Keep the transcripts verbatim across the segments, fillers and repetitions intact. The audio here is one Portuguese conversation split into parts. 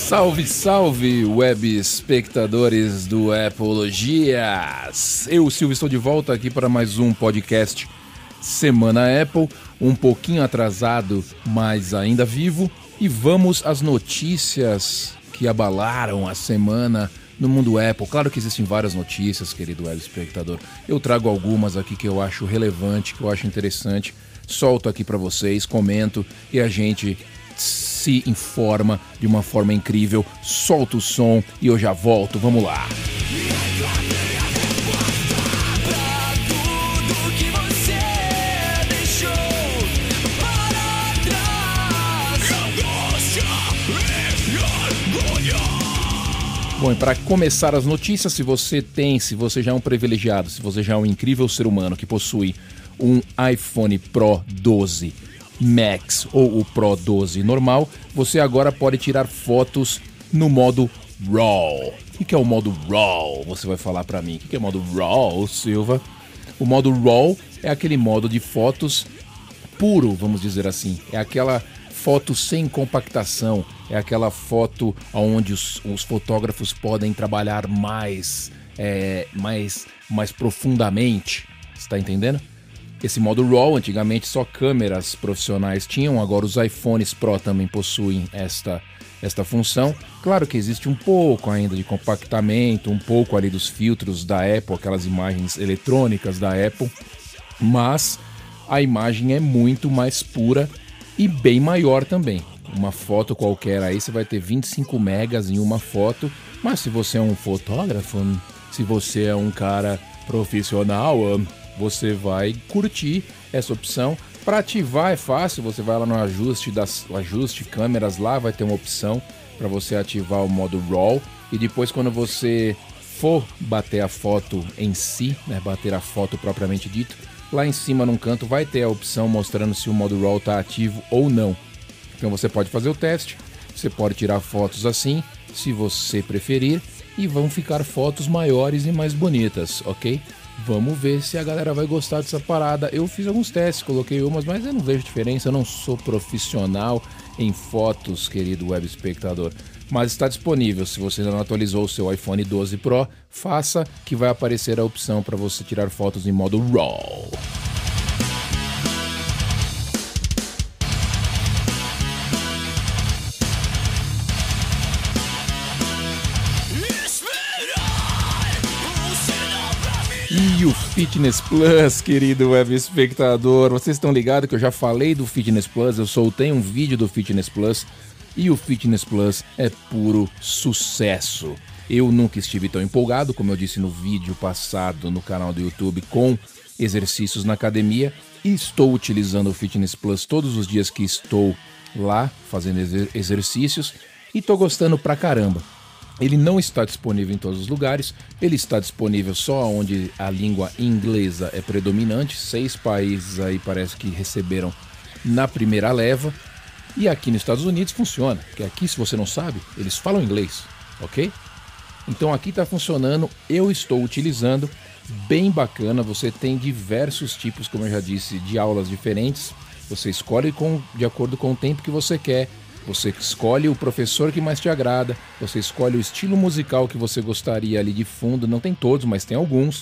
Salve, salve, web espectadores do Appologias! Eu, Silvio, estou de volta aqui para mais um podcast Semana Apple, um pouquinho atrasado, mas ainda vivo, e vamos às notícias que abalaram a semana no mundo Apple. Claro que existem várias notícias, querido web espectador. Eu trago algumas aqui que eu acho relevante, que eu acho interessante, solto aqui para vocês, comento e a gente se informa de uma forma incrível. Solta o som e eu já volto, vamos lá. Bom, e para começar as notícias, se você tem, se você já é um privilegiado, se você já é um incrível ser humano que possui um iPhone Pro doze Max ou o Pro doze normal, você agora pode tirar fotos no modo RAW. O que é o modo RAW? Você vai falar para mim. O que é o modo RAW, Silva? O modo RAW é aquele modo de fotos puro, vamos dizer assim. É aquela foto sem compactação, é aquela foto onde os, os fotógrafos podem trabalhar mais, é, mais, mais profundamente. Você está entendendo? Esse modo RAW, antigamente só câmeras profissionais tinham, agora os iPhones Pro também possuem esta, esta função. Claro que existe um pouco ainda de compactamento, um pouco ali dos filtros da Apple, aquelas imagens eletrônicas da Apple, mas a imagem é muito mais pura e bem maior também. Uma foto qualquer aí, você vai ter vinte e cinco megas em uma foto, mas se você é um fotógrafo, se você é um cara profissional, você vai curtir essa opção. Para ativar é fácil, você vai lá no ajuste das ajuste câmeras lá, vai ter uma opção para você ativar o modo RAW, e depois quando você for bater a foto em si, né, bater a foto propriamente dito, lá em cima num canto vai ter a opção mostrando se o modo RAW está ativo ou não. Então você pode fazer o teste, você pode tirar fotos assim, se você preferir, e vão ficar fotos maiores e mais bonitas, ok? Vamos ver se a galera vai gostar dessa parada. Eu fiz alguns testes, coloquei umas, mas eu não vejo diferença. Eu não sou profissional em fotos, querido web espectador. Mas está disponível. Se você ainda não atualizou o seu iPhone doze Pro, faça, que vai aparecer a opção para você tirar fotos em modo RAW. E o Fitness Plus, querido web espectador, vocês estão ligados que eu já falei do Fitness Plus, eu soltei um vídeo do Fitness Plus e o Fitness Plus é puro sucesso. Eu nunca estive tão empolgado, como eu disse no vídeo passado no canal do YouTube, com exercícios na academia, e estou utilizando o Fitness Plus todos os dias que estou lá fazendo exer- exercícios e estou gostando pra caramba. Ele não está disponível em todos os lugares, ele está disponível só onde a língua inglesa é predominante. Seis países aí parece que receberam na primeira leva. E aqui nos Estados Unidos funciona, porque aqui, se você não sabe, eles falam inglês, ok? Então aqui está funcionando, eu estou utilizando, bem bacana. Você tem diversos tipos, como eu já disse, de aulas diferentes. Você escolhe com, de acordo com o tempo que você quer. Você escolhe o professor que mais te agrada, você escolhe o estilo musical que você gostaria ali de fundo, não tem todos, mas tem alguns.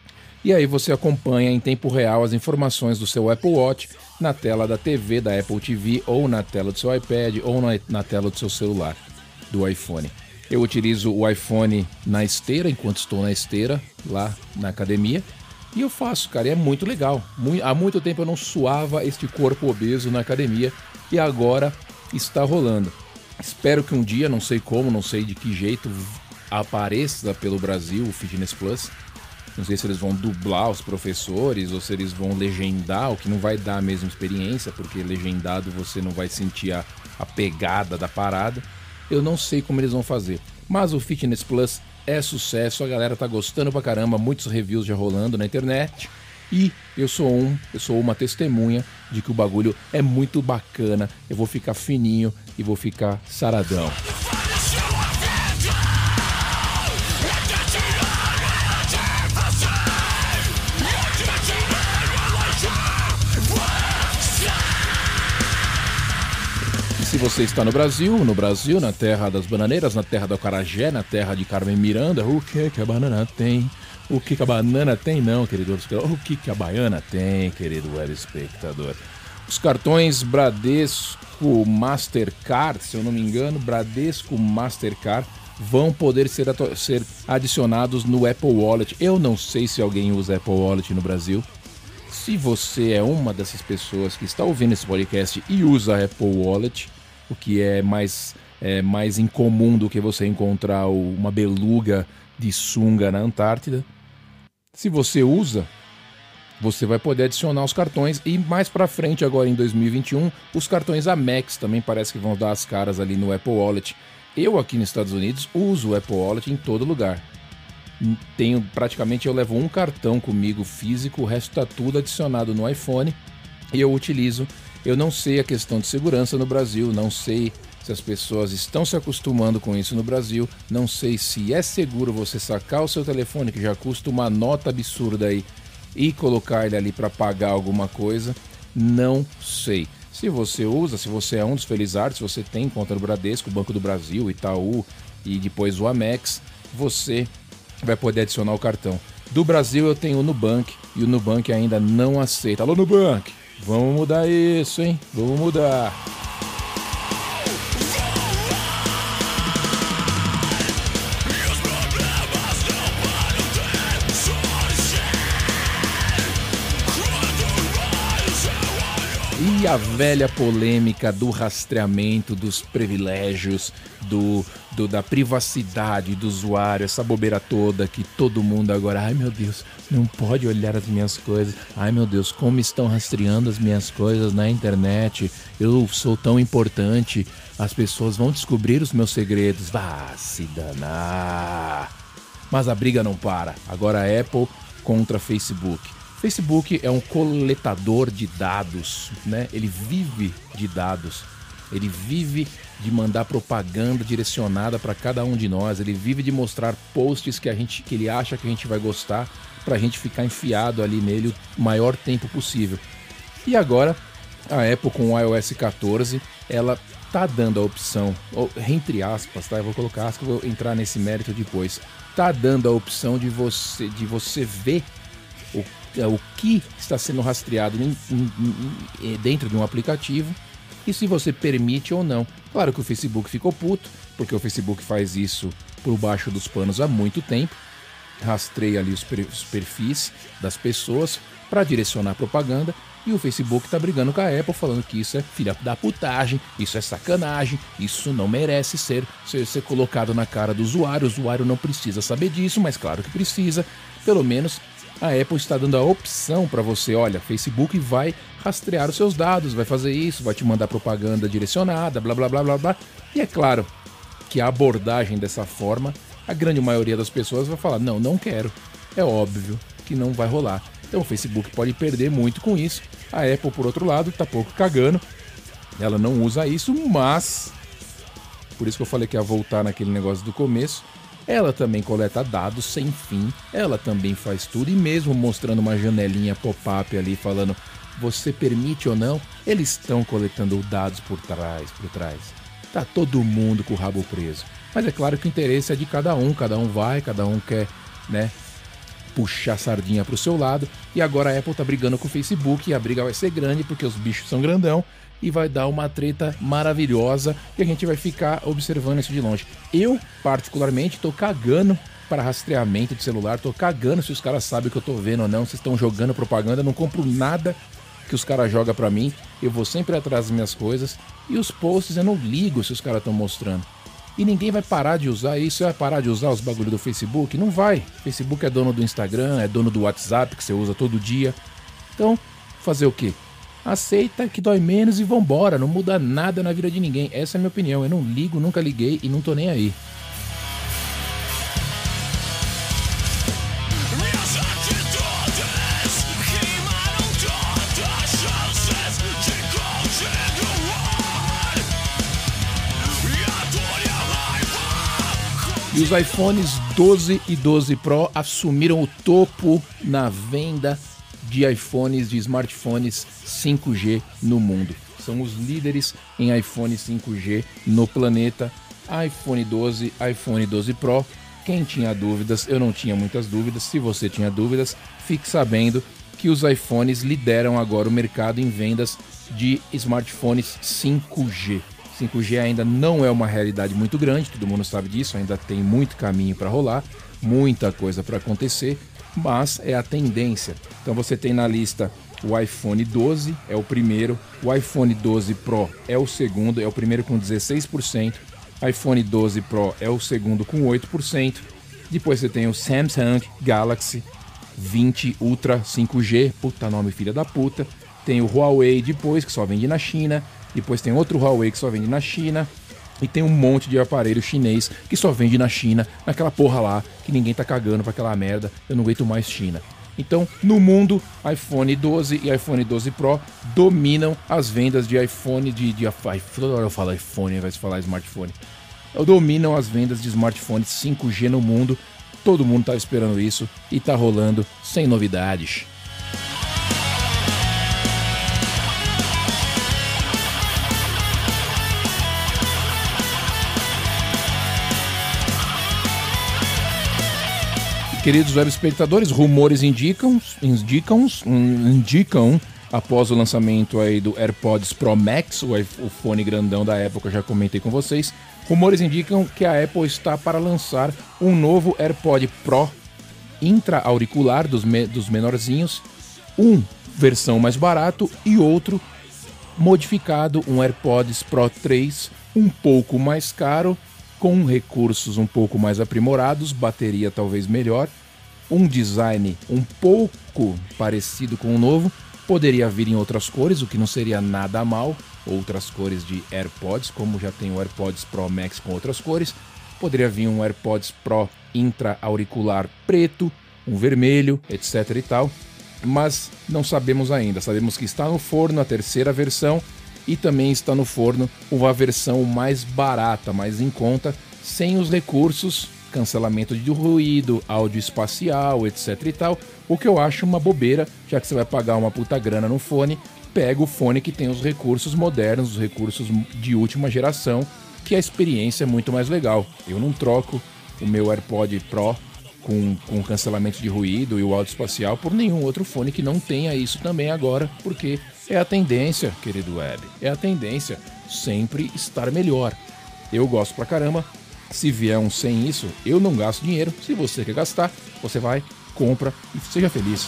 E aí você acompanha em tempo real as informações do seu Apple Watch na tela da T V, da Apple T V, ou na tela do seu iPad, ou na, na tela do seu celular, do iPhone. Eu utilizo o iPhone na esteira, enquanto estou na esteira, lá na academia, e eu faço, cara, e é muito legal. Muito, há muito tempo eu não suava este corpo obeso na academia, e agora está rolando. Espero que um dia, não sei como, não sei de que jeito, apareça pelo Brasil o Fitness Plus. Não sei se eles vão dublar os professores ou se eles vão legendar, o que não vai dar a mesma experiência, porque legendado você não vai sentir a, a pegada da parada. Eu não sei como eles vão fazer, mas o Fitness Plus é sucesso, a galera tá gostando pra caramba, muitos reviews já rolando na internet. E eu sou um, eu sou uma testemunha de que o bagulho é muito bacana. Eu vou ficar fininho e vou ficar saradão. se você está no Brasil, no Brasil, na terra das bananeiras, na terra do acarajé, na terra de Carmen Miranda, o que que a banana tem? O que que a banana tem? Não, querido. O que que a baiana tem, querido web espectador? Os cartões Bradesco Mastercard, se eu não me engano, Bradesco Mastercard, vão poder ser, ser adicionados no Apple Wallet. Eu não sei se alguém usa Apple Wallet no Brasil. Se você é uma dessas pessoas que está ouvindo esse podcast e usa a Apple Wallet, o que é mais, é, mais incomum do que você encontrar uma beluga de sunga na Antártida, se você usa, você vai poder adicionar os cartões. E mais pra frente, agora em dois mil e vinte e um, os cartões Amex também parece que vão dar as caras ali no Apple Wallet. Eu aqui nos Estados Unidos uso o Apple Wallet em todo lugar. Tenho, praticamente eu levo um cartão comigo físico, o resto tá tudo adicionado no iPhone e eu utilizo. Eu não sei a questão de segurança no Brasil, não sei se as pessoas estão se acostumando com isso no Brasil, não sei se é seguro você sacar o seu telefone, que já custa uma nota absurda aí, e colocar ele ali para pagar alguma coisa, não sei. Se você usa, se você é um dos felizardos, se você tem conta no Bradesco, Banco do Brasil, Itaú e depois o Amex, você vai poder adicionar o cartão. Do Brasil eu tenho o Nubank e o Nubank ainda não aceita. Alô, Nubank, vamos mudar isso, hein? Vamos mudar. E a velha polêmica do rastreamento dos privilégios, do, do, da privacidade do usuário, essa bobeira toda que todo mundo agora, ai meu Deus, não pode olhar as minhas coisas, ai meu Deus, como estão rastreando as minhas coisas na internet, eu sou tão importante, as pessoas vão descobrir os meus segredos, vá se danar. Mas a briga não para, agora a Apple contra Facebook. Facebook é um coletador de dados, né? Ele vive de dados, ele vive de mandar propaganda direcionada para cada um de nós, ele vive de mostrar posts que, a gente, que ele acha que a gente vai gostar para a gente ficar enfiado ali nele o maior tempo possível. E agora, a Apple com o iOS quatorze, ela tá dando a opção, entre aspas, tá? Eu vou colocar aspas, vou entrar nesse mérito depois, tá dando a opção de você, de você ver o o que está sendo rastreado em, em, em, dentro de um aplicativo e se você permite ou não. Claro que o Facebook ficou puto, porque o Facebook faz isso por baixo dos panos há muito tempo, rastreia ali os, per, os perfis das pessoas para direcionar propaganda, e o Facebook está brigando com a Apple, falando que isso é filha da putagem, isso é sacanagem, isso não merece ser, ser, ser colocado na cara do usuário, o usuário não precisa saber disso, mas claro que precisa, pelo menos a Apple está dando a opção para você, olha, Facebook vai rastrear os seus dados, vai fazer isso, vai te mandar propaganda direcionada, blá blá blá blá blá. E é claro que a abordagem dessa forma, a grande maioria das pessoas vai falar, não, não quero. É óbvio que não vai rolar. Então o Facebook pode perder muito com isso. A Apple, por outro lado, tá pouco cagando. Ela não usa isso, mas... Por isso que eu falei que ia voltar naquele negócio do começo. Ela também coleta dados sem fim, ela também faz tudo, e mesmo mostrando uma janelinha pop-up ali falando você permite ou não, eles estão coletando dados por trás, por trás. Tá todo mundo com o rabo preso. Mas é claro que o interesse é de cada um, cada um vai, cada um quer, né, puxar a sardinha pro seu lado, e agora a Apple tá brigando com o Facebook, e a briga vai ser grande porque os bichos são grandão, e vai dar uma treta maravilhosa e a gente vai ficar observando isso de longe. Eu, particularmente, tô cagando para rastreamento de celular, tô cagando se os caras sabem o que eu tô vendo ou não, se estão jogando propaganda, não compro nada que os caras jogam pra mim, eu vou sempre atrás das minhas coisas, e os posts eu não ligo se os caras estão mostrando. E ninguém vai parar de usar isso, vai parar de usar os bagulho do Facebook? Não vai. Facebook é dono do Instagram, é dono do WhatsApp, que você usa todo dia. Então, fazer o quê? Aceita que dói menos e vambora, não muda nada na vida de ninguém. Essa é a minha opinião, eu não ligo, nunca liguei e não tô nem aí. E os iPhones doze e doze Pro assumiram o topo na venda de iPhones, de smartphones cinco G no mundo. São os líderes em iPhone cinco G no planeta. iPhone doze, iPhone doze Pro. Quem tinha dúvidas, eu não tinha muitas dúvidas. Se você tinha dúvidas, fique sabendo que os iPhones lideram agora o mercado em vendas de smartphones cinco G. cinco G ainda não é uma realidade muito grande, todo mundo sabe disso, ainda tem muito caminho para rolar, muita coisa para acontecer, mas é a tendência. Então você tem na lista o iPhone doze, é o primeiro, o iPhone doze Pro é o segundo, é o primeiro com dezesseis por cento, iPhone doze Pro é o segundo com oito por cento, depois você tem o Samsung Galaxy vinte Ultra cinco G, puta nome filha da puta, tem o Huawei depois, que só vende na China, depois tem outro Huawei que só vende na China, e tem um monte de aparelho chinês que só vende na China, naquela porra lá, que ninguém tá cagando pra aquela merda, eu não aguento mais China. Então, no mundo, iPhone doze e iPhone doze Pro dominam as vendas de iPhone, de, de toda hora eu falo iPhone ao invés de falar smartphone, dominam as vendas de smartphones cinco G no mundo. Todo mundo tá esperando isso e tá rolando sem novidades. Queridos web espectadores, rumores indicam, indicam, indicam, após o lançamento aí do AirPods Pro Max, o, o fone grandão da Apple que eu já comentei com vocês, rumores indicam que a Apple está para lançar um novo AirPod Pro intra-auricular dos, me, dos menorzinhos, um versão mais barato e outro modificado, um AirPods Pro três, um pouco mais caro, com recursos um pouco mais aprimorados, bateria talvez melhor, um design um pouco parecido com o novo, poderia vir em outras cores, o que não seria nada mal, outras cores de AirPods, como já tem o AirPods Pro Max com outras cores, poderia vir um AirPods Pro intra-auricular preto, um vermelho, etc e tal, mas não sabemos ainda, sabemos que está no forno a terceira versão, e também está no forno uma versão mais barata, mais em conta, sem os recursos, cancelamento de ruído, áudio espacial, etc e tal, o que eu acho uma bobeira, já que você vai pagar uma puta grana no fone, pega o fone que tem os recursos modernos, os recursos de última geração, que a experiência é muito mais legal. Eu não troco o meu AirPod Pro com, com cancelamento de ruído e o áudio espacial por nenhum outro fone que não tenha isso também agora, porque é a tendência, querido web, é a tendência sempre estar melhor. Eu gosto pra caramba, se vier um sem isso, eu não gasto dinheiro. Se você quer gastar, você vai, compra e seja feliz.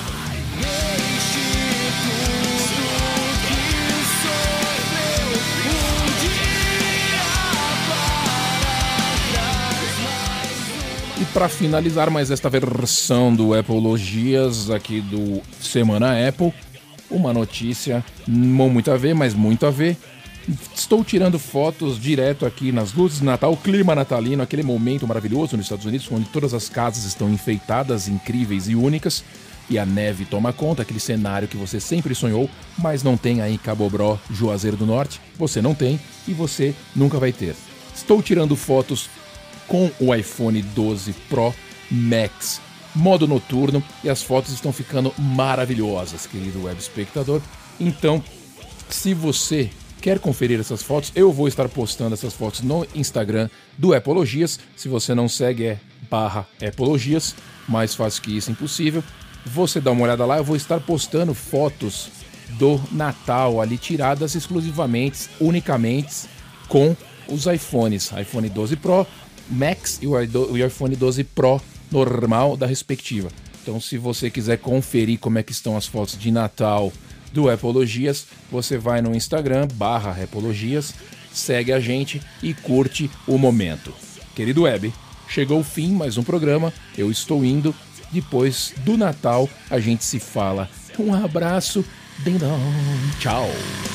E para finalizar mais esta versão do Appleologias aqui do Semana Apple, uma notícia não muito a ver, mas muito a ver. Estou tirando fotos direto aqui nas luzes de Natal, o clima natalino, aquele momento maravilhoso nos Estados Unidos, onde todas as casas estão enfeitadas, incríveis e únicas, e a neve toma conta, aquele cenário que você sempre sonhou, mas não tem aí em Cabo Bró, Juazeiro do Norte, você não tem e você nunca vai ter. Estou tirando fotos com o iPhone doze Pro Max, modo noturno, e as fotos estão ficando maravilhosas, querido web espectador. Então, se você quer conferir essas fotos, eu vou estar postando essas fotos no Instagram do Appleologias. Se você não segue, é barra Appleologias, mais fácil que isso, impossível. Você dá uma olhada lá, eu vou estar postando fotos do Natal ali, tiradas exclusivamente, unicamente com os iPhones, iPhone doze Pro Max e o iPhone doze Pro normal da respectiva. Então, se você quiser conferir como é que estão as fotos de Natal do Appleologias, você vai no Instagram, barra Appleologias, segue a gente e curte o momento. Querido web, chegou o fim, mais um programa, eu estou indo, depois do Natal a gente se fala. Um abraço, ding dong, tchau!